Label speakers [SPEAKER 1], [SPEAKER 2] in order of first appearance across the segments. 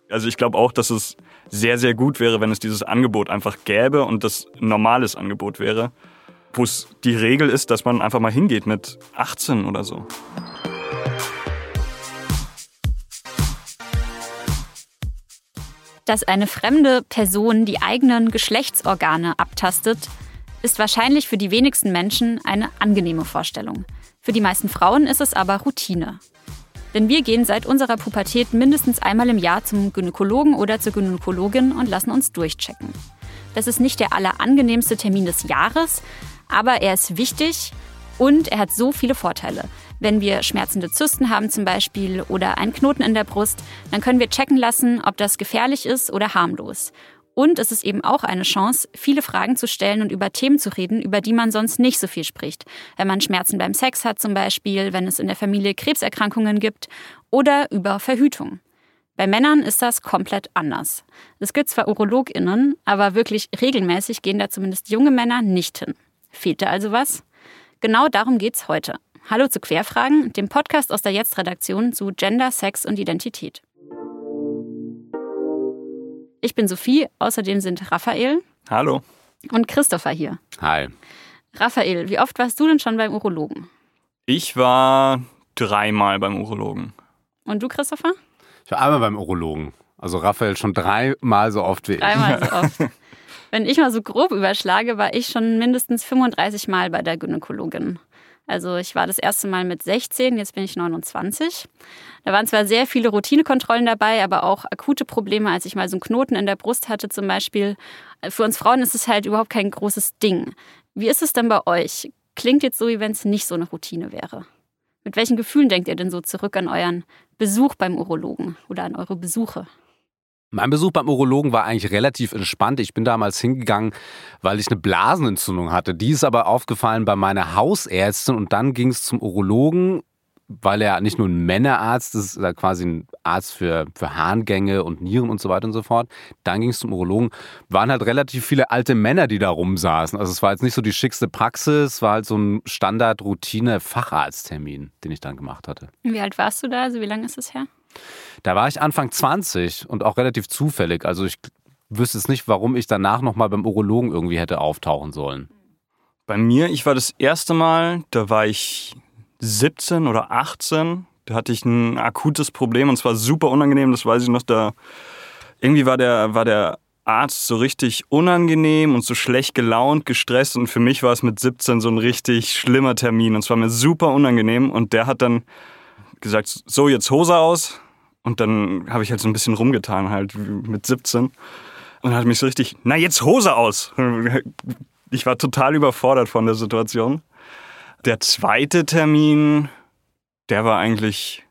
[SPEAKER 1] Also ich glaube auch, dass es sehr, sehr gut wäre, wenn es dieses Angebot einfach gäbe und das ein normales Angebot wäre, wo es die Regel ist, dass man einfach mal hingeht mit 18 oder so.
[SPEAKER 2] Dass eine fremde Person die eigenen Geschlechtsorgane abtastet, ist wahrscheinlich für die wenigsten Menschen eine angenehme Vorstellung. Für die meisten Frauen ist es aber Routine. Denn wir gehen seit unserer Pubertät mindestens einmal im Jahr zum Gynäkologen oder zur Gynäkologin und lassen uns durchchecken. Das ist nicht der allerangenehmste Termin des Jahres, aber er ist wichtig und er hat so viele Vorteile. Wenn wir schmerzende Zysten haben zum Beispiel oder einen Knoten in der Brust, dann können wir checken lassen, ob das gefährlich ist oder harmlos. Und es ist eben auch eine Chance, viele Fragen zu stellen und über Themen zu reden, über die man sonst nicht so viel spricht. Wenn man Schmerzen beim Sex hat zum Beispiel, wenn es in der Familie Krebserkrankungen gibt oder über Verhütung. Bei Männern ist das komplett anders. Es gibt zwar UrologInnen, aber wirklich regelmäßig gehen da zumindest junge Männer nicht hin. Fehlt da also was? Genau darum geht's heute. Hallo zu Querfragen, dem Podcast aus der Jetzt-Redaktion zu Gender, Sex und Identität. Ich bin Sophie, außerdem sind Raphael.
[SPEAKER 1] Hallo.
[SPEAKER 2] Und Christopher hier.
[SPEAKER 3] Hi.
[SPEAKER 2] Raphael, wie oft warst du denn schon beim Urologen?
[SPEAKER 1] Ich war 3-mal beim Urologen.
[SPEAKER 2] Und du, Christopher?
[SPEAKER 3] Ich war einmal beim Urologen. Also Raphael schon 3-mal so oft wie ich.
[SPEAKER 2] 3-mal so oft. Wenn ich mal so grob überschlage, war ich schon mindestens 35 Mal bei der Gynäkologin. Also ich war das erste Mal mit 16, jetzt bin ich 29. Da waren zwar sehr viele Routinekontrollen dabei, aber auch akute Probleme, als ich mal so einen Knoten in der Brust hatte zum Beispiel. Für uns Frauen ist es halt überhaupt kein großes Ding. Wie ist es denn bei euch? Klingt jetzt so, wie wenn es nicht so eine Routine wäre. Mit welchen Gefühlen denkt ihr denn so zurück an euren Besuch beim Urologen oder an eure Besuche?
[SPEAKER 3] Mein Besuch beim Urologen war eigentlich relativ entspannt. Ich bin damals hingegangen, weil ich eine Blasenentzündung hatte. Die ist aber aufgefallen bei meiner Hausärztin und dann ging es zum Urologen, weil er nicht nur ein Männerarzt ist, ist quasi ein Arzt für Harngänge und Nieren und so weiter und so fort. Dann ging es zum Urologen. Waren halt relativ viele alte Männer, die da rumsaßen. Also es war jetzt nicht so die schickste Praxis, es war halt so ein Standard-Routine-Facharzttermin, den ich dann gemacht hatte.
[SPEAKER 2] Wie alt warst du da? Also wie lange ist es her?
[SPEAKER 3] Da war ich Anfang 20 und auch relativ zufällig. Also ich wüsste jetzt nicht, warum ich danach nochmal beim Urologen irgendwie hätte auftauchen sollen.
[SPEAKER 1] Bei mir, ich war das erste Mal, da war ich 17 oder 18. Da hatte ich ein akutes Problem und zwar super unangenehm, das weiß ich noch. Da irgendwie war der Arzt so richtig unangenehm und so schlecht gelaunt, gestresst und für mich war es mit 17 so ein richtig schlimmer Termin und es war mir super unangenehm und der hat dann gesagt, so jetzt Hose aus und dann habe ich halt so ein bisschen rumgetan halt mit 17 und hat mich so richtig, na jetzt Hose aus. Ich war total überfordert von der Situation. Der zweite Termin, der war eigentlich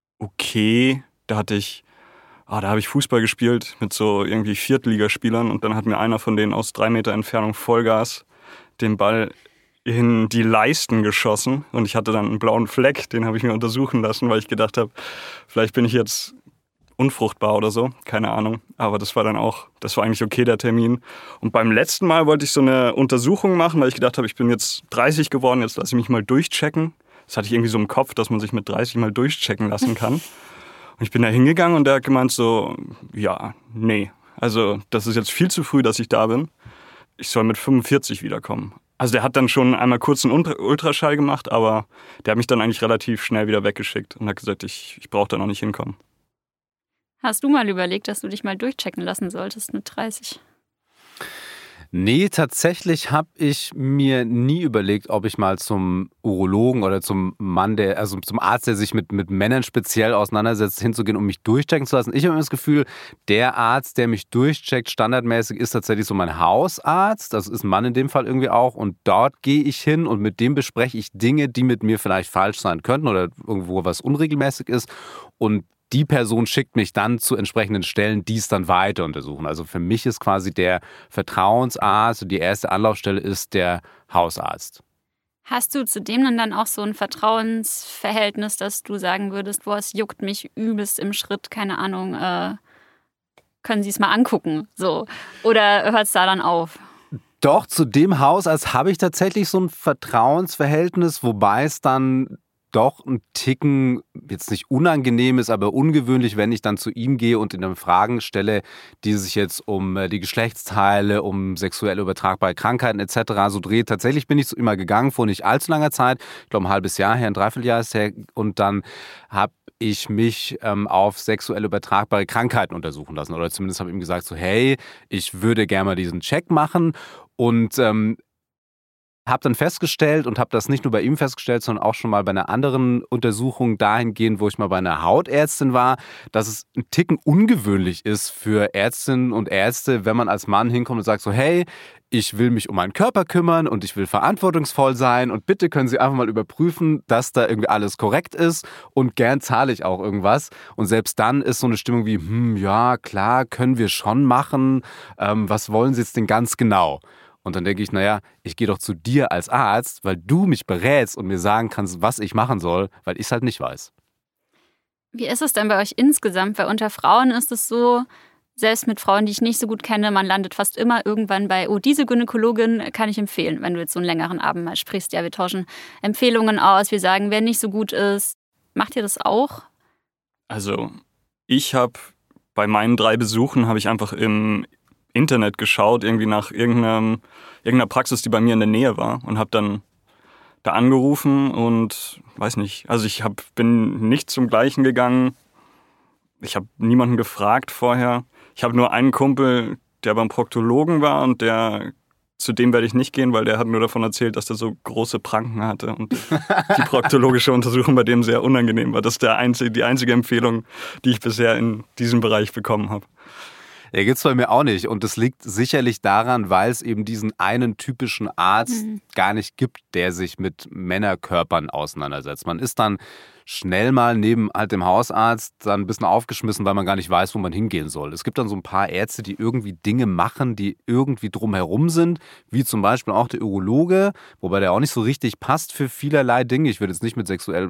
[SPEAKER 1] okay. Da habe ich Fußball gespielt mit so irgendwie Viertligaspielern und dann hat mir einer von denen aus 3 Meter Entfernung Vollgas den Ball in die Leisten geschossen und ich hatte dann einen blauen Fleck, den habe ich mir untersuchen lassen, weil ich gedacht habe, vielleicht bin ich jetzt unfruchtbar oder so, keine Ahnung. Aber das war eigentlich okay, der Termin. Und beim letzten Mal wollte ich so eine Untersuchung machen, weil ich gedacht habe, ich bin jetzt 30 geworden, jetzt lasse ich mich mal durchchecken. Das hatte ich irgendwie so im Kopf, dass man sich mit 30 mal durchchecken lassen kann. Und ich bin da hingegangen und der hat gemeint so, ja, nee, also das ist jetzt viel zu früh, dass ich da bin. Ich soll mit 45 wiederkommen. Also der hat dann schon einmal kurz einen Ultraschall gemacht, aber der hat mich dann eigentlich relativ schnell wieder weggeschickt und hat gesagt, ich brauche da noch nicht hinkommen.
[SPEAKER 2] Hast du mal überlegt, dass du dich mal durchchecken lassen solltest mit 30?
[SPEAKER 3] Nee, tatsächlich habe ich mir nie überlegt, ob ich mal zum Urologen oder zum Arzt, der sich mit Männern speziell auseinandersetzt, hinzugehen, um mich durchchecken zu lassen. Ich habe immer das Gefühl, der Arzt, der mich durchcheckt, standardmäßig ist tatsächlich so mein Hausarzt. Das ist ein Mann in dem Fall irgendwie auch. Und dort gehe ich hin und mit dem bespreche ich Dinge, die mit mir vielleicht falsch sein könnten oder irgendwo was unregelmäßig ist. Und die Person schickt mich dann zu entsprechenden Stellen, die es dann weiter untersuchen. Also für mich ist quasi der Vertrauensarzt und die erste Anlaufstelle ist der Hausarzt.
[SPEAKER 2] Hast du zudem dann auch so ein Vertrauensverhältnis, dass du sagen würdest, boah, es juckt mich übelst im Schritt, keine Ahnung, können Sie es mal angucken? So. Oder hört es da dann auf?
[SPEAKER 3] Doch, zu dem Hausarzt habe ich tatsächlich so ein Vertrauensverhältnis, wobei es dann doch ein Ticken, jetzt nicht unangenehm ist, aber ungewöhnlich, wenn ich dann zu ihm gehe und ihm dann Fragen stelle, die sich jetzt um die Geschlechtsteile, um sexuell übertragbare Krankheiten etc. so dreht. Tatsächlich bin ich zu ihm mal gegangen vor nicht allzu langer Zeit, ich glaube ein halbes Jahr her, ein Dreivierteljahr ist her, und dann habe ich mich auf sexuell übertragbare Krankheiten untersuchen lassen. Oder zumindest habe ich ihm gesagt, so hey, ich würde gerne mal diesen Check machen. Und habe dann festgestellt und habe das nicht nur bei ihm festgestellt, sondern auch schon mal bei einer anderen Untersuchung dahingehend, wo ich mal bei einer Hautärztin war, dass es ein Ticken ungewöhnlich ist für Ärztinnen und Ärzte, wenn man als Mann hinkommt und sagt so, hey, ich will mich um meinen Körper kümmern und ich will verantwortungsvoll sein und bitte können Sie einfach mal überprüfen, dass da irgendwie alles korrekt ist und gern zahle ich auch irgendwas. Und selbst dann ist so eine Stimmung wie, ja, klar, können wir schon machen, was wollen Sie jetzt denn ganz genau? Und dann denke ich, naja, ich gehe doch zu dir als Arzt, weil du mich berätst und mir sagen kannst, was ich machen soll, weil ich es halt nicht weiß.
[SPEAKER 2] Wie ist es denn bei euch insgesamt? Weil unter Frauen ist es so, selbst mit Frauen, die ich nicht so gut kenne, man landet fast immer irgendwann bei, oh, diese Gynäkologin kann ich empfehlen, wenn du jetzt so einen längeren Abend mal sprichst. Ja, wir tauschen Empfehlungen aus, wir sagen, wer nicht so gut ist. Macht ihr das auch?
[SPEAKER 1] Also ich habe bei meinen 3 Besuchen habe ich einfach im Internet geschaut, irgendwie nach irgendeiner Praxis, die bei mir in der Nähe war, und habe dann da angerufen und weiß nicht, also bin nicht zum gleichen gegangen. Ich habe niemanden gefragt vorher. Ich habe nur einen Kumpel, der beim Proktologen war, und zu dem werde ich nicht gehen, weil der hat nur davon erzählt, dass der so große Pranken hatte und die proktologische Untersuchung bei dem sehr unangenehm war. Das ist die einzige Empfehlung, die ich bisher in diesem Bereich bekommen habe.
[SPEAKER 3] Ja, gibt es bei mir auch nicht. Und das liegt sicherlich daran, weil es eben diesen einen typischen Arzt gar nicht gibt, der sich mit Männerkörpern auseinandersetzt. Man ist dann schnell mal neben halt dem Hausarzt dann ein bisschen aufgeschmissen, weil man gar nicht weiß, wo man hingehen soll. Es gibt dann so ein paar Ärzte, die irgendwie Dinge machen, die irgendwie drumherum sind, wie zum Beispiel auch der Urologe, wobei der auch nicht so richtig passt für vielerlei Dinge. Ich würde jetzt nicht mit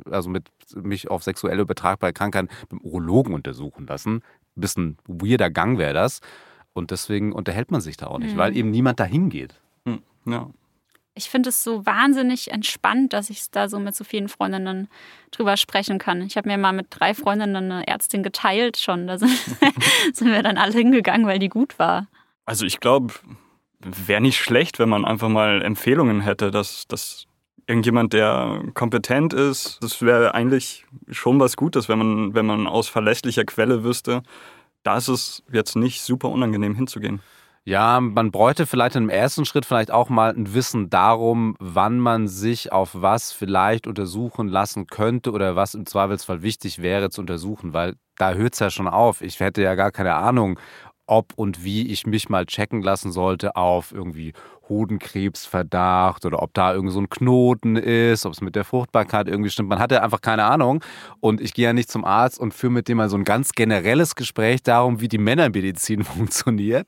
[SPEAKER 3] mich auf sexuell übertragbare Krankheiten beim Urologen untersuchen lassen. Ein bisschen weirder Gang wäre das. Und deswegen unterhält man sich da auch nicht, weil eben niemand da hingeht.
[SPEAKER 1] Ja.
[SPEAKER 2] Ich finde es so wahnsinnig entspannt, dass ich da so mit so vielen Freundinnen drüber sprechen kann. Ich habe mir mal mit 3 Freundinnen eine Ärztin geteilt schon. Da sind wir dann alle hingegangen, weil die gut war.
[SPEAKER 1] Also ich glaube, wäre nicht schlecht, wenn man einfach mal Empfehlungen hätte, dass irgendjemand, der kompetent ist, das wäre eigentlich schon was Gutes, wenn man aus verlässlicher Quelle wüsste, da ist es jetzt nicht super unangenehm hinzugehen.
[SPEAKER 3] Ja, man bräuchte vielleicht im ersten Schritt vielleicht auch mal ein Wissen darum, wann man sich auf was vielleicht untersuchen lassen könnte oder was im Zweifelsfall wichtig wäre zu untersuchen, weil da hört es ja schon auf. Ich hätte ja gar keine Ahnung, ob und wie ich mich mal checken lassen sollte auf irgendwie Hodenkrebsverdacht oder ob da irgend so ein Knoten ist, ob es mit der Fruchtbarkeit irgendwie stimmt. Man hat ja einfach keine Ahnung und ich gehe ja nicht zum Arzt und führe mit dem mal so ein ganz generelles Gespräch darum, wie die Männermedizin funktioniert.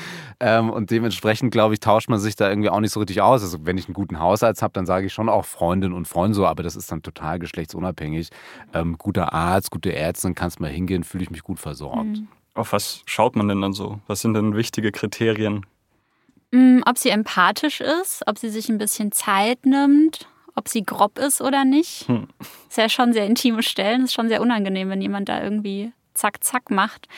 [SPEAKER 3] Und dementsprechend, glaube ich, tauscht man sich da irgendwie auch nicht so richtig aus. Also wenn ich einen guten Hausarzt habe, dann sage ich schon auch Freundin und Freund so, aber das ist dann total geschlechtsunabhängig. Guter Arzt, gute Ärztin, kannst mal hingehen, fühle ich mich gut versorgt.
[SPEAKER 1] Auf was schaut man denn dann so? Was sind denn wichtige Kriterien?
[SPEAKER 2] Ob sie empathisch ist, ob sie sich ein bisschen Zeit nimmt, ob sie grob ist oder nicht. Ist ja schon sehr intime Stellen, ist schon sehr unangenehm, wenn jemand da irgendwie zack, zack macht.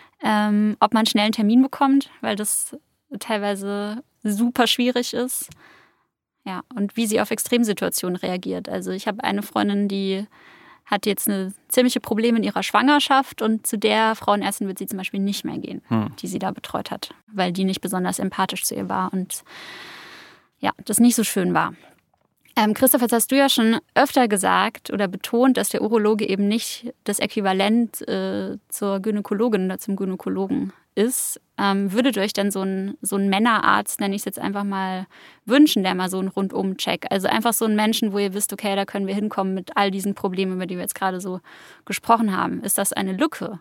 [SPEAKER 2] Ob man schnell einen Termin bekommt, weil das teilweise super schwierig ist. Ja, und wie sie auf Extremsituationen reagiert. Also ich habe eine Freundin, die hat jetzt eine ziemliche Probleme in ihrer Schwangerschaft und zu der Frauenärztin wird sie zum Beispiel nicht mehr gehen, die sie da betreut hat, weil die nicht besonders empathisch zu ihr war und ja, das nicht so schön war. Christoph, jetzt hast du ja schon öfter gesagt oder betont, dass der Urologe eben nicht das Äquivalent zur Gynäkologin oder zum Gynäkologen ist. Würdet ihr euch dann so einen Männerarzt, nenne ich es jetzt einfach mal, wünschen, der mal so einen Rundum-Check? Also einfach so einen Menschen, wo ihr wisst, okay, da können wir hinkommen mit all diesen Problemen, über die wir jetzt gerade so gesprochen haben. Ist das eine Lücke?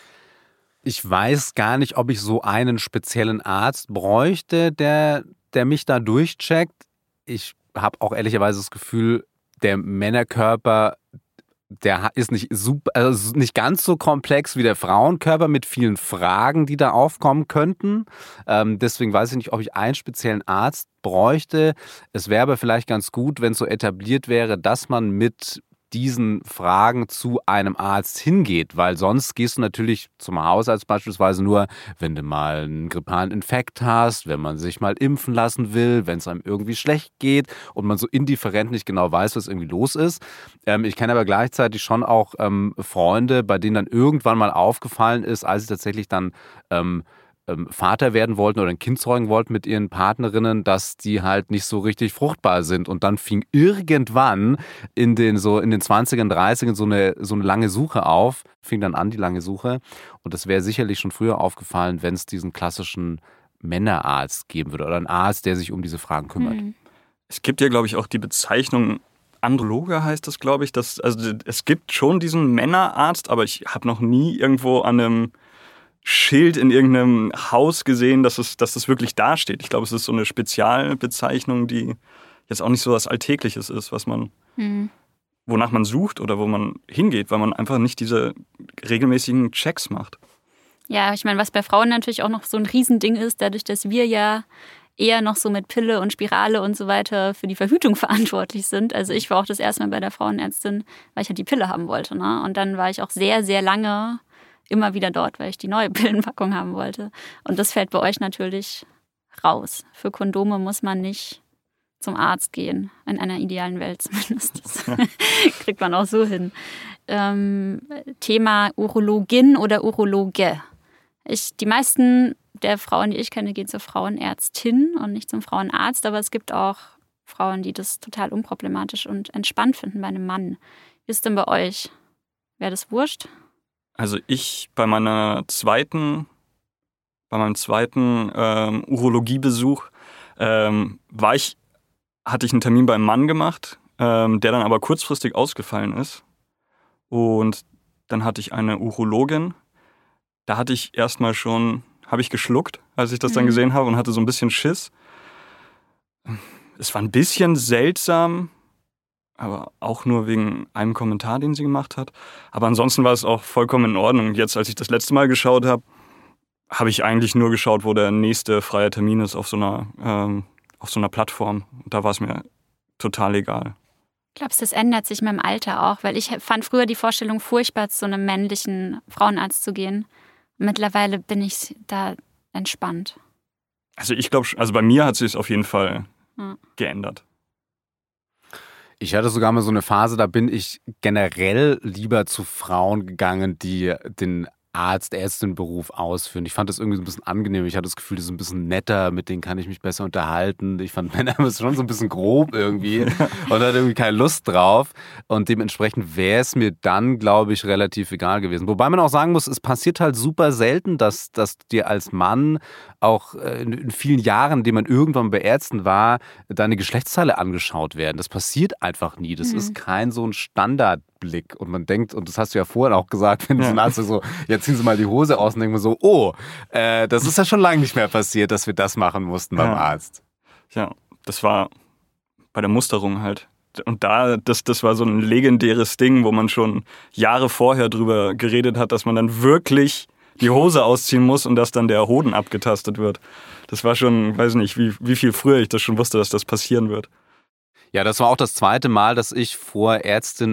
[SPEAKER 3] Ich weiß gar nicht, ob ich so einen speziellen Arzt bräuchte, der mich da durchcheckt. Ich habe auch ehrlicherweise das Gefühl, der Männerkörper, der ist nicht nicht ganz so komplex wie der Frauenkörper mit vielen Fragen, die da aufkommen könnten. Deswegen weiß ich nicht, ob ich einen speziellen Arzt bräuchte. Es wäre aber vielleicht ganz gut, wenn es so etabliert wäre, dass man mit diesen Fragen zu einem Arzt hingeht, weil sonst gehst du natürlich zum Hausarzt beispielsweise nur, wenn du mal einen grippalen Infekt hast, wenn man sich mal impfen lassen will, wenn es einem irgendwie schlecht geht und man so indifferent nicht genau weiß, was irgendwie los ist. Ich kenne aber gleichzeitig schon auch Freunde, bei denen dann irgendwann mal aufgefallen ist, als sie tatsächlich dann Vater werden wollten oder ein Kind zeugen wollten mit ihren Partnerinnen, dass die halt nicht so richtig fruchtbar sind. Und dann fing irgendwann in den 20ern, 30ern so eine lange Suche auf, fing dann an, die lange Suche. Und das wäre sicherlich schon früher aufgefallen, wenn es diesen klassischen Männerarzt geben würde oder einen Arzt, der sich um diese Fragen kümmert.
[SPEAKER 1] Es gibt ja, glaube ich, auch die Bezeichnung Androloge heißt das, glaube ich. Also es gibt schon diesen Männerarzt, aber ich habe noch nie irgendwo an einem Schild in irgendeinem Haus gesehen, dass das wirklich dasteht. Ich glaube, es ist so eine Spezialbezeichnung, die jetzt auch nicht so was Alltägliches ist, wonach man sucht oder wo man hingeht, weil man einfach nicht diese regelmäßigen Checks macht.
[SPEAKER 2] Ja, ich meine, was bei Frauen natürlich auch noch so ein Riesending ist, dadurch, dass wir ja eher noch so mit Pille und Spirale und so weiter für die Verhütung verantwortlich sind. Also ich war auch das erste Mal bei der Frauenärztin, weil ich halt die Pille haben wollte. Ne? Und dann war ich auch sehr, sehr lange immer wieder dort, weil ich die neue Pillenpackung haben wollte. Und das fällt bei euch natürlich raus. Für Kondome muss man nicht zum Arzt gehen, in einer idealen Welt zumindest. Das kriegt man auch so hin. Thema Urologin oder Urologe. Die meisten der Frauen, die ich kenne, gehen zur Frauenärztin und nicht zum Frauenarzt. Aber es gibt auch Frauen, die das total unproblematisch und entspannt finden bei einem Mann. Wie ist denn bei euch? Wäre das wurscht?
[SPEAKER 1] Also ich bei meinem zweiten Urologiebesuch hatte ich einen Termin beim Mann gemacht, der dann aber kurzfristig ausgefallen ist. Und dann hatte ich eine Urologin. Da habe ich geschluckt, als ich das dann gesehen habe und hatte so ein bisschen Schiss. Es war ein bisschen seltsam, aber auch nur wegen einem Kommentar, den sie gemacht hat. Aber ansonsten war es auch vollkommen in Ordnung. Jetzt, als ich das letzte Mal geschaut habe, habe ich eigentlich nur geschaut, wo der nächste freie Termin ist auf so einer Plattform. Da war es mir total egal.
[SPEAKER 2] Glaubst du, das ändert sich mit dem Alter auch? Weil ich fand früher die Vorstellung furchtbar, zu einem männlichen Frauenarzt zu gehen. Mittlerweile bin ich da entspannt.
[SPEAKER 1] Also ich glaube, bei mir hat sich es auf jeden Fall geändert.
[SPEAKER 3] Ich hatte sogar mal so eine Phase, da bin ich generell lieber zu Frauen gegangen, die den Ärztin-Beruf ausführen. Ich fand das irgendwie so ein bisschen angenehm. Ich hatte das Gefühl, die sind ein bisschen netter, mit denen kann ich mich besser unterhalten. Ich fand Männer schon so ein bisschen grob irgendwie und hatte irgendwie keine Lust drauf. Und dementsprechend wäre es mir dann, glaube ich, relativ egal gewesen. Wobei man auch sagen muss, es passiert halt super selten, dass dir als Mann auch in vielen Jahren, in denen man irgendwann bei Ärzten war, deine Geschlechtsteile angeschaut werden. Das passiert einfach nie. Das ist kein so ein Standardblick. Und man denkt, und das hast du ja vorhin auch gesagt, wenn so ein Arzt so, jetzt ziehen Sie mal die Hose aus und denken wir so, das ist ja schon lange nicht mehr passiert, dass wir das machen mussten beim Arzt.
[SPEAKER 1] Ja, das war bei der Musterung halt. Und das war so ein legendäres Ding, wo man schon Jahre vorher drüber geredet hat, dass man dann wirklich die Hose ausziehen muss und dass dann der Hoden abgetastet wird. Das war schon, weiß nicht, wie viel früher ich das schon wusste, dass das passieren wird.
[SPEAKER 3] Ja, das war auch das zweite Mal, dass ich vor Ärzten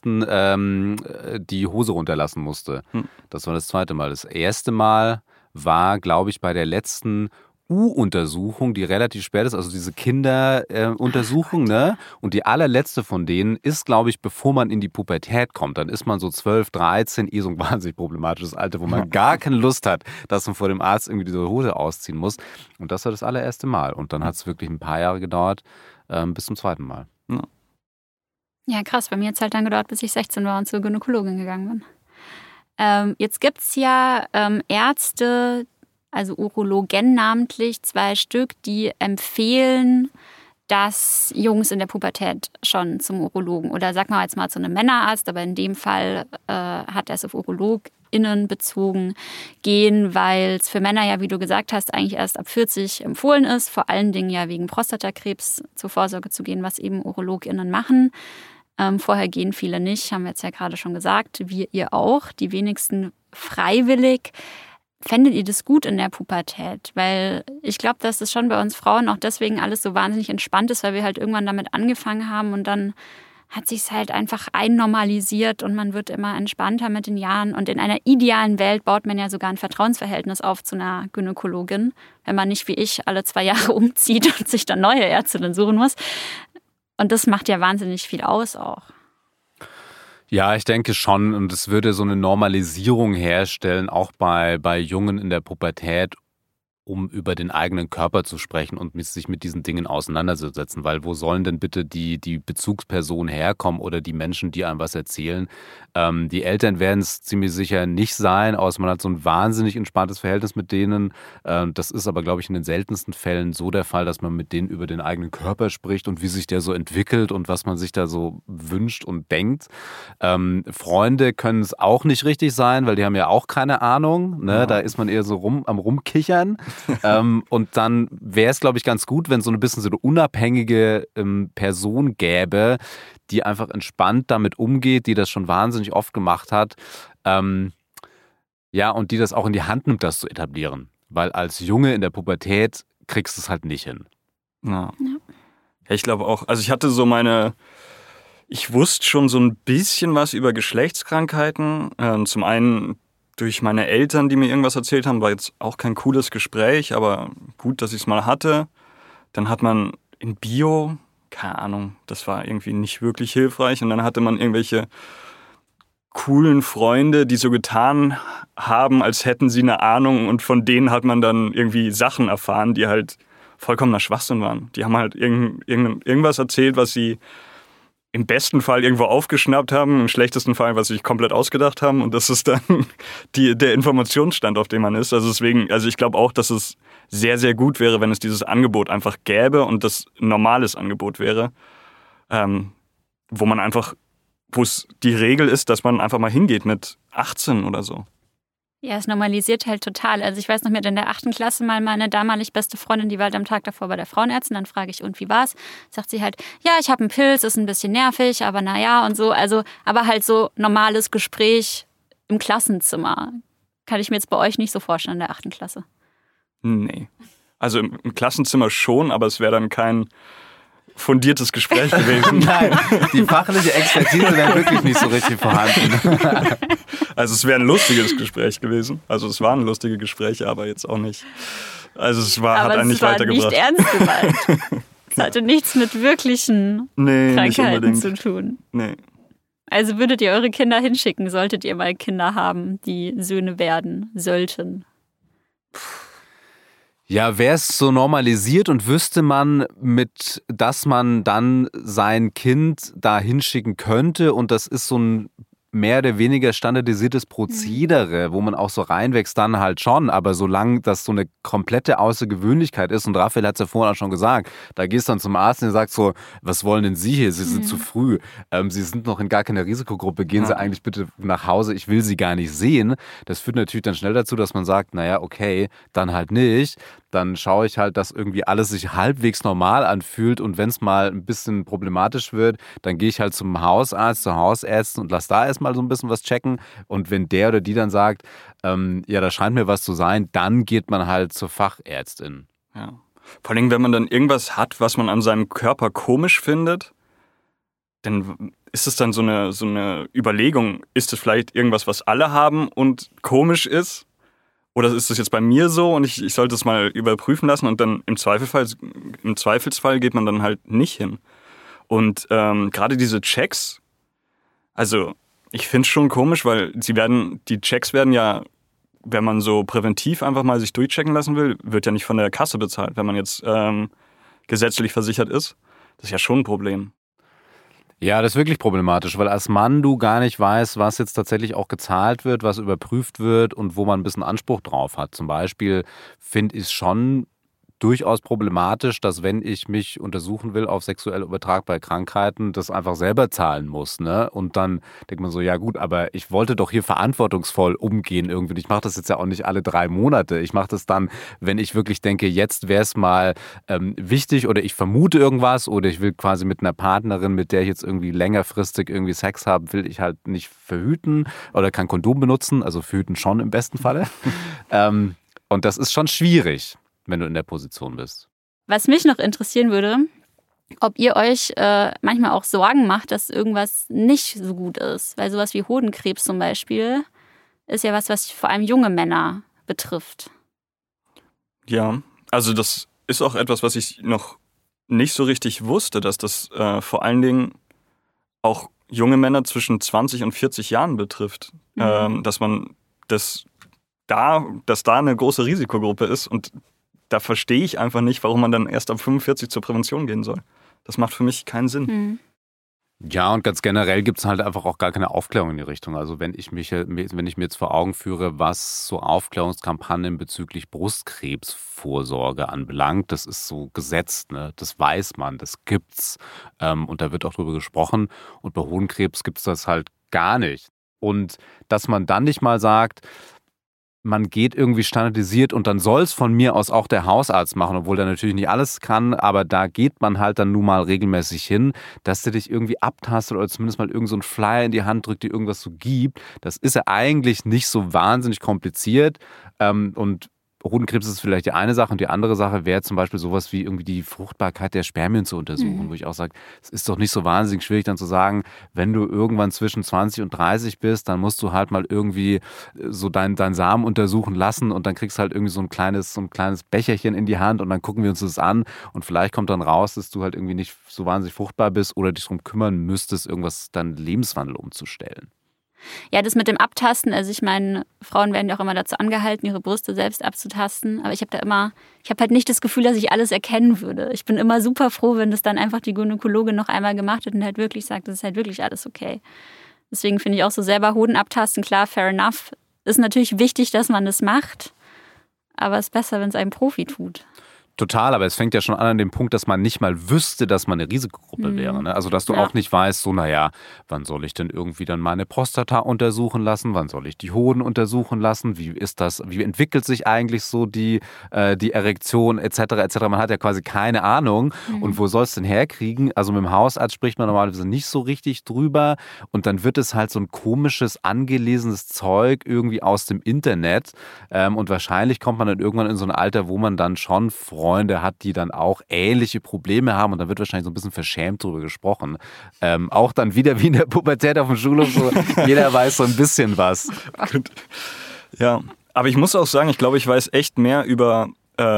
[SPEAKER 3] die Hose runterlassen musste. Das war das zweite Mal. Das erste Mal war, glaube ich, bei der letzten U-Untersuchung, die relativ spät ist, also diese Kinderuntersuchung, ne? Und die allerletzte von denen ist, glaube ich, bevor man in die Pubertät kommt. Dann ist man so 12, 13, so ein wahnsinnig problematisches Alter, wo man gar keine Lust hat, dass man vor dem Arzt irgendwie diese Hose ausziehen muss. Und das war das allererste Mal. Und dann hat es wirklich ein paar Jahre gedauert, bis zum zweiten Mal.
[SPEAKER 2] Ja, krass. Bei mir hat es halt dann gedauert, bis ich 16 war und zur Gynäkologin gegangen bin. Jetzt gibt es ja Ärzte, also Urologen namentlich, 2 Stück, die empfehlen, dass Jungs in der Pubertät schon zum Urologen oder sag mal jetzt mal zu einem Männerarzt, aber in dem Fall hat er es auf UrologInnen bezogen, gehen, weil es für Männer ja, wie du gesagt hast, eigentlich erst ab 40 empfohlen ist, vor allen Dingen ja wegen Prostatakrebs zur Vorsorge zu gehen, was eben UrologInnen machen. Vorher gehen viele nicht, haben wir jetzt ja gerade schon gesagt, ihr auch, die wenigsten freiwillig. Fändet ihr das gut in der Pubertät? Weil ich glaube, dass das schon bei uns Frauen auch deswegen alles so wahnsinnig entspannt ist, weil wir halt irgendwann damit angefangen haben und dann hat sich es halt einfach einnormalisiert und man wird immer entspannter mit den Jahren. Und in einer idealen Welt baut man ja sogar ein Vertrauensverhältnis auf zu einer Gynäkologin, wenn man nicht wie ich alle 2 Jahre umzieht und sich dann neue Ärztinnen suchen muss. Und das macht ja wahnsinnig viel aus auch.
[SPEAKER 3] Ja, ich denke schon. Und es würde so eine Normalisierung herstellen, auch bei Jungen in der Pubertät, um über den eigenen Körper zu sprechen und sich mit diesen Dingen auseinanderzusetzen. Weil wo sollen denn bitte die Bezugspersonen herkommen oder die Menschen, die einem was erzählen? Die Eltern werden es ziemlich sicher nicht sein, außer man hat so ein wahnsinnig entspanntes Verhältnis mit denen. Das ist aber, glaube ich, in den seltensten Fällen so der Fall, dass man mit denen über den eigenen Körper spricht und wie sich der so entwickelt und was man sich da so wünscht und denkt. Freunde können es auch nicht richtig sein, weil die haben ja auch keine Ahnung. Ne? Ja. Da ist man eher so am Rumkichern. Und dann wäre es, glaube ich, ganz gut, wenn so ein bisschen so eine unabhängige Person gäbe, die einfach entspannt damit umgeht, die das schon wahnsinnig oft gemacht hat. Ja, und die das auch in die Hand nimmt, das zu etablieren. Weil als Junge in der Pubertät kriegst du es halt nicht hin.
[SPEAKER 1] Ja. Ich glaube auch, also ich wusste schon so ein bisschen was über Geschlechtskrankheiten. Zum einen durch meine Eltern, die mir irgendwas erzählt haben, war jetzt auch kein cooles Gespräch, aber gut, dass ich es mal hatte. Dann hat man in Bio, keine Ahnung, das war irgendwie nicht wirklich hilfreich. Und dann hatte man irgendwelche coolen Freunde, die so getan haben, als hätten sie eine Ahnung. Und von denen hat man dann irgendwie Sachen erfahren, die halt vollkommener Schwachsinn waren. Die haben halt irgendwas erzählt, was sie im besten Fall irgendwo aufgeschnappt haben, im schlechtesten Fall, was sie sich komplett ausgedacht haben. Und das ist dann der Informationsstand, auf dem man ist. Also deswegen, ich glaube auch, dass es sehr, sehr gut wäre, wenn es dieses Angebot einfach gäbe und das ein normales Angebot wäre, wo es die Regel ist, dass man einfach mal hingeht mit 18 oder so.
[SPEAKER 2] Ja, es normalisiert halt total. Also ich weiß noch, mir hat in der 8. Klasse mal meine damalig beste Freundin, die war halt am Tag davor bei der Frauenärztin, dann frage ich, und wie war's? Sagt sie halt, ja, ich habe einen Pilz, ist ein bisschen nervig, aber naja und so. Also, aber halt so normales Gespräch im Klassenzimmer. Kann ich mir jetzt bei euch nicht so vorstellen in der 8. Klasse.
[SPEAKER 1] Nee. Also im Klassenzimmer schon, aber es wäre dann kein fundiertes Gespräch gewesen.
[SPEAKER 3] Nein, die fachliche Expertise wäre wirklich nicht so richtig vorhanden.
[SPEAKER 1] Also es wäre ein lustiges Gespräch gewesen. Also es waren lustige Gespräche, aber jetzt auch nicht. Also hat einen nicht weitergebracht.
[SPEAKER 2] Aber es war nicht ernst gemeint. Es hatte nichts mit wirklichen Krankheiten zu tun.
[SPEAKER 1] Nee.
[SPEAKER 2] Also würdet ihr eure Kinder hinschicken, solltet ihr mal Kinder haben, die Söhne werden sollten?
[SPEAKER 3] Ja, wäre es so normalisiert und wüsste man, dass man dann sein Kind da hinschicken könnte und das ist so ein mehr oder weniger standardisiertes Prozedere, wo man auch so reinwächst, dann halt schon. Aber solange das so eine komplette Außergewöhnlichkeit ist, und Raphael hat es ja vorhin auch schon gesagt, da gehst du dann zum Arzt und der sagt so, was wollen denn Sie hier? Sie sind zu früh. Sie sind noch in gar keiner Risikogruppe. Gehen Sie eigentlich bitte nach Hause. Ich will Sie gar nicht sehen. Das führt natürlich dann schnell dazu, dass man sagt, naja, okay, dann halt nicht. Dann schaue ich halt, dass irgendwie alles sich halbwegs normal anfühlt und wenn es mal ein bisschen problematisch wird, dann gehe ich halt zum Hausarzt, zur Hausärztin und lass da erstmal so ein bisschen was checken und wenn der oder die dann sagt, ja, da scheint mir was zu sein, dann geht man halt zur Fachärztin.
[SPEAKER 1] Ja. Vor allem, wenn man dann irgendwas hat, was man an seinem Körper komisch findet, dann ist es dann so eine Überlegung, ist es vielleicht irgendwas, was alle haben und komisch ist? Oder ist das jetzt bei mir so und ich sollte es mal überprüfen lassen und dann im Zweifelsfall geht man dann halt nicht hin. Und gerade diese Checks, also ich finde es schon komisch, weil die Checks werden ja, wenn man so präventiv einfach mal sich durchchecken lassen will, wird ja nicht von der Kasse bezahlt, wenn man jetzt gesetzlich versichert ist. Das ist ja schon ein Problem.
[SPEAKER 3] Ja, das ist wirklich problematisch, weil als Mann du gar nicht weißt, was jetzt tatsächlich auch gezahlt wird, was überprüft wird und wo man ein bisschen Anspruch drauf hat. Zum Beispiel finde ich es schon durchaus problematisch, dass wenn ich mich untersuchen will auf sexuell übertragbare Krankheiten, das einfach selber zahlen muss. Ne? Und dann denkt man so, ja gut, aber ich wollte doch hier verantwortungsvoll umgehen irgendwie. Ich mache das jetzt ja auch nicht alle 3 Monate. Ich mache das dann, wenn ich wirklich denke, jetzt wäre es mal wichtig oder ich vermute irgendwas oder ich will quasi mit einer Partnerin, mit der ich jetzt irgendwie längerfristig irgendwie Sex habe, will ich halt nicht verhüten oder kein Kondom benutzen, also verhüten schon im besten Falle. Und das ist schon schwierig, wenn du in der Position bist.
[SPEAKER 2] Was mich noch interessieren würde, ob ihr euch manchmal auch Sorgen macht, dass irgendwas nicht so gut ist. Weil sowas wie Hodenkrebs zum Beispiel ist ja was vor allem junge Männer betrifft.
[SPEAKER 1] Ja, also das ist auch etwas, was ich noch nicht so richtig wusste, dass das vor allen Dingen auch junge Männer zwischen 20 und 40 Jahren betrifft. Dass da eine große Risikogruppe ist, und da verstehe ich einfach nicht, warum man dann erst ab 45 zur Prävention gehen soll. Das macht für mich keinen Sinn.
[SPEAKER 3] Ja, und ganz generell gibt es halt einfach auch gar keine Aufklärung in die Richtung. Also wenn ich mir jetzt vor Augen führe, was so Aufklärungskampagnen bezüglich Brustkrebsvorsorge anbelangt, das ist so gesetzt, ne? Das weiß man, das gibt's. Und da wird auch drüber gesprochen. Und bei Hodenkrebs gibt's das halt gar nicht. Und dass man dann nicht mal sagt, man geht irgendwie standardisiert und dann soll es von mir aus auch der Hausarzt machen, obwohl der natürlich nicht alles kann, aber da geht man halt dann nun mal regelmäßig hin, dass der dich irgendwie abtastet oder zumindest mal irgend so einen Flyer in die Hand drückt, die irgendwas so gibt. Das ist ja eigentlich nicht so wahnsinnig kompliziert, und Hodenkrebs ist vielleicht die eine Sache und die andere Sache wäre zum Beispiel sowas wie irgendwie die Fruchtbarkeit der Spermien zu untersuchen, wo ich auch sage, es ist doch nicht so wahnsinnig schwierig dann zu sagen, wenn du irgendwann zwischen 20 und 30 bist, dann musst du halt mal irgendwie so deinen Samen untersuchen lassen und dann kriegst du halt irgendwie so ein kleines Becherchen in die Hand und dann gucken wir uns das an und vielleicht kommt dann raus, dass du halt irgendwie nicht so wahnsinnig fruchtbar bist oder dich darum kümmern müsstest, irgendwas deinen Lebenswandel umzustellen.
[SPEAKER 2] Ja, das mit dem Abtasten, also ich meine, Frauen werden ja auch immer dazu angehalten, ihre Brüste selbst abzutasten, aber ich habe halt nicht das Gefühl, dass ich alles erkennen würde. Ich bin immer super froh, wenn das dann einfach die Gynäkologin noch einmal gemacht hat und halt wirklich sagt, das ist halt wirklich alles okay. Deswegen finde ich auch so selber Hoden abtasten, klar, fair enough. Ist natürlich wichtig, dass man das macht, aber es ist besser, wenn es ein Profi tut.
[SPEAKER 3] Total, aber es fängt ja schon an dem Punkt, dass man nicht mal wüsste, dass man eine Risikogruppe wäre. Ne? Also, dass du auch nicht weißt, so, naja, wann soll ich denn irgendwie dann meine Prostata untersuchen lassen? Wann soll ich die Hoden untersuchen lassen? Wie ist das? Wie entwickelt sich eigentlich so die Erektion etc. etc.? Man hat ja quasi keine Ahnung. Und wo soll es denn herkriegen? Also, mit dem Hausarzt spricht man normalerweise nicht so richtig drüber. Und dann wird es halt so ein komisches, angelesenes Zeug irgendwie aus dem Internet. Und wahrscheinlich kommt man dann irgendwann in so ein Alter, wo man dann schon Freunde hat, die dann auch ähnliche Probleme haben und dann wird wahrscheinlich so ein bisschen verschämt drüber gesprochen. Auch dann wieder wie in der Pubertät auf dem Schulhof, so jeder weiß so ein bisschen was.
[SPEAKER 1] Ja, aber ich muss auch sagen, ich glaube, ich weiß echt mehr über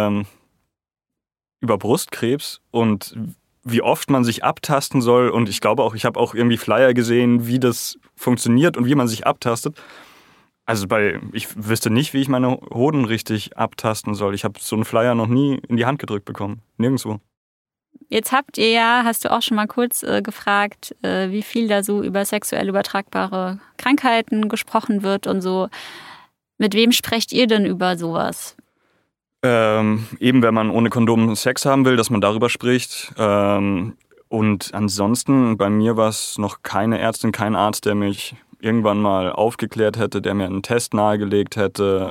[SPEAKER 1] Brustkrebs und wie oft man sich abtasten soll, und ich glaube auch, ich habe auch irgendwie Flyer gesehen, wie das funktioniert und wie man sich abtastet. Also ich wüsste nicht, wie ich meine Hoden richtig abtasten soll. Ich habe so einen Flyer noch nie in die Hand gedrückt bekommen. Nirgendwo.
[SPEAKER 2] Jetzt hast du auch schon mal kurz gefragt, wie viel da so über sexuell übertragbare Krankheiten gesprochen wird und so. Mit wem sprecht ihr denn über sowas?
[SPEAKER 1] Eben, wenn man ohne Kondom Sex haben will, dass man darüber spricht. Und ansonsten, bei mir war es noch keine Ärztin, kein Arzt, der mich irgendwann mal aufgeklärt hätte, der mir einen Test nahegelegt hätte.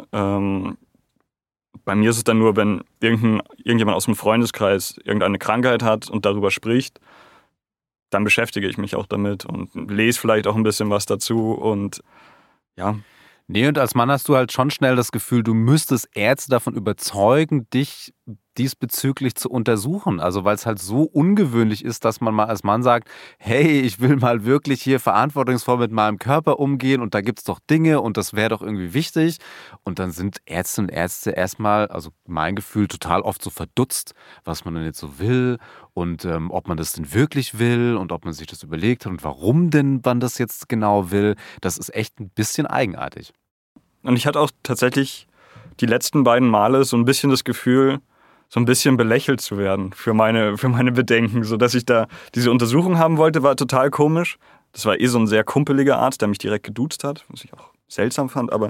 [SPEAKER 1] Bei mir ist es dann nur, wenn irgendjemand aus dem Freundeskreis irgendeine Krankheit hat und darüber spricht, dann beschäftige ich mich auch damit und lese vielleicht auch ein bisschen was dazu und ja.
[SPEAKER 3] Nee, und als Mann hast du halt schon schnell das Gefühl, du müsstest Ärzte davon überzeugen, dich diesbezüglich zu untersuchen. Also weil es halt so ungewöhnlich ist, dass man mal als Mann sagt, hey, ich will mal wirklich hier verantwortungsvoll mit meinem Körper umgehen und da gibt es doch Dinge und das wäre doch irgendwie wichtig. Und dann sind Ärztinnen und Ärzte erstmal, also mein Gefühl, total oft so verdutzt, was man denn jetzt so will und ob man das denn wirklich will und ob man sich das überlegt hat und warum denn man das jetzt genau will. Das ist echt ein bisschen eigenartig.
[SPEAKER 1] Und ich hatte auch tatsächlich die letzten beiden Male so ein bisschen das Gefühl, so ein bisschen belächelt zu werden für meine Bedenken. So dass ich da diese Untersuchung haben wollte, war total komisch. Das war so ein sehr kumpeliger Arzt, der mich direkt geduzt hat, was ich auch seltsam fand. Aber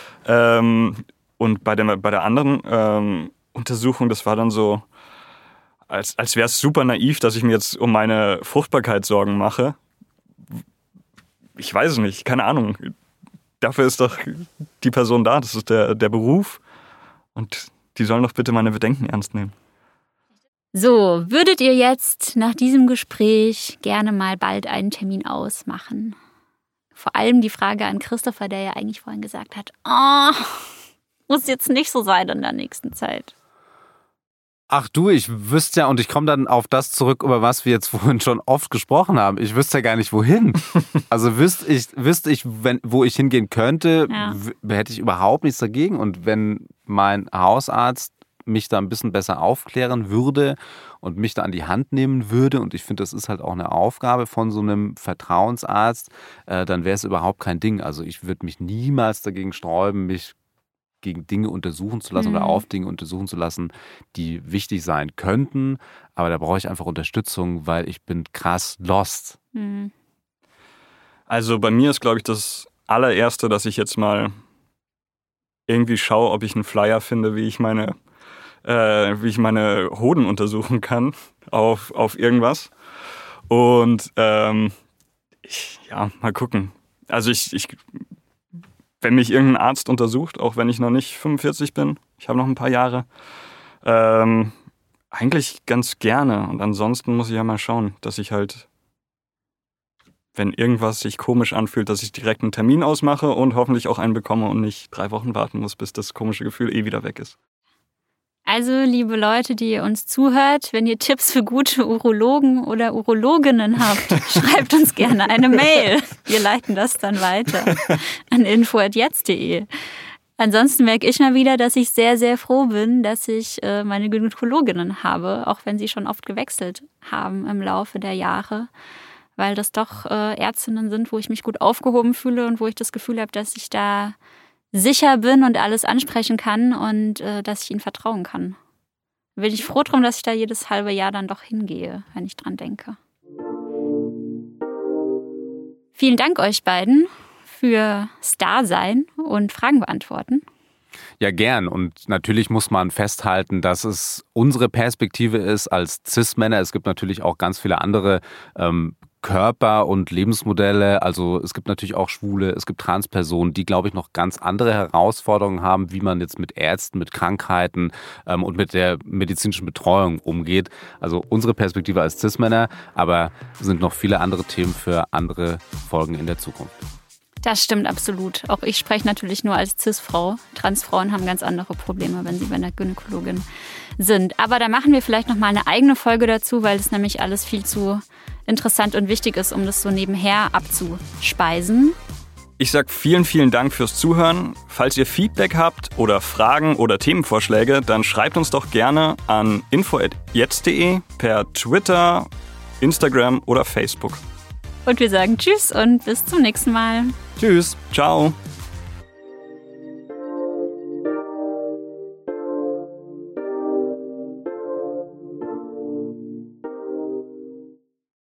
[SPEAKER 1] und bei der anderen Untersuchung, das war dann so, als wäre es super naiv, dass ich mir jetzt um meine Fruchtbarkeit Sorgen mache. Ich weiß es nicht, keine Ahnung. Dafür ist doch die Person da, das ist der Beruf. Und die sollen doch bitte meine Bedenken ernst nehmen.
[SPEAKER 2] So, würdet ihr jetzt nach diesem Gespräch gerne mal bald einen Termin ausmachen? Vor allem die Frage an Christopher, der ja eigentlich vorhin gesagt hat, muss jetzt nicht so sein in der nächsten Zeit.
[SPEAKER 3] Ach du, ich wüsste ja, und ich komme dann auf das zurück, über was wir jetzt vorhin schon oft gesprochen haben. Ich wüsste ja gar nicht, wohin. Also wüsste ich, wo ich hingehen könnte, hätte ich überhaupt nichts dagegen. Und wenn mein Hausarzt mich da ein bisschen besser aufklären würde und mich da an die Hand nehmen würde, und ich finde, das ist halt auch eine Aufgabe von so einem Vertrauensarzt, dann wäre es überhaupt kein Ding. Also ich würde mich niemals dagegen sträuben, mich gegen Dinge untersuchen zu lassen oder auf Dinge untersuchen zu lassen, die wichtig sein könnten. Aber da brauche ich einfach Unterstützung, weil ich bin krass lost.
[SPEAKER 1] Also bei mir ist, glaube ich, das allererste, dass ich jetzt mal irgendwie schaue, ob ich einen Flyer finde, wie ich meine Hoden untersuchen kann auf irgendwas. Und mal gucken. Also wenn mich irgendein Arzt untersucht, auch wenn ich noch nicht 45 bin, ich habe noch ein paar Jahre, eigentlich ganz gerne. Und ansonsten muss ich ja mal schauen, dass ich halt, wenn irgendwas sich komisch anfühlt, dass ich direkt einen Termin ausmache und hoffentlich auch einen bekomme und nicht 3 Wochen warten muss, bis das komische Gefühl wieder weg ist.
[SPEAKER 2] Also, liebe Leute, die ihr uns zuhört, wenn ihr Tipps für gute Urologen oder Urologinnen habt, schreibt uns gerne eine Mail. Wir leiten das dann weiter an info@jetzt.de. Ansonsten merke ich mal wieder, dass ich sehr, sehr froh bin, dass ich meine Gynäkologinnen habe, auch wenn sie schon oft gewechselt haben im Laufe der Jahre, weil das doch Ärztinnen sind, wo ich mich gut aufgehoben fühle und wo ich das Gefühl habe, dass ich da sicher bin und alles ansprechen kann und dass ich ihnen vertrauen kann. Bin ich froh drum, dass ich da jedes halbe Jahr dann doch hingehe, wenn ich dran denke. Vielen Dank euch beiden fürs Dasein und Fragen beantworten.
[SPEAKER 3] Ja, gern. Und natürlich muss man festhalten, dass es unsere Perspektive ist als Cis-Männer. Es gibt natürlich auch ganz viele andere Körper und Lebensmodelle. Also es gibt natürlich auch Schwule, es gibt Transpersonen, die, glaube ich, noch ganz andere Herausforderungen haben, wie man jetzt mit Ärzten, mit Krankheiten und mit der medizinischen Betreuung umgeht. Also unsere Perspektive als Cis-Männer, aber es sind noch viele andere Themen für andere Folgen in der Zukunft.
[SPEAKER 2] Das stimmt absolut. Auch ich spreche natürlich nur als Cis-Frau. Transfrauen haben ganz andere Probleme, wenn sie bei einer Gynäkologin sind. Aber da machen wir vielleicht noch mal eine eigene Folge dazu, weil es nämlich alles viel zu interessant und wichtig ist, um das so nebenher abzuspeisen.
[SPEAKER 1] Ich sage vielen, vielen Dank fürs Zuhören. Falls ihr Feedback habt oder Fragen oder Themenvorschläge, dann schreibt uns doch gerne an info@jetzt.de per Twitter, Instagram oder Facebook.
[SPEAKER 2] Und wir sagen Tschüss und bis zum nächsten Mal.
[SPEAKER 1] Tschüss. Ciao.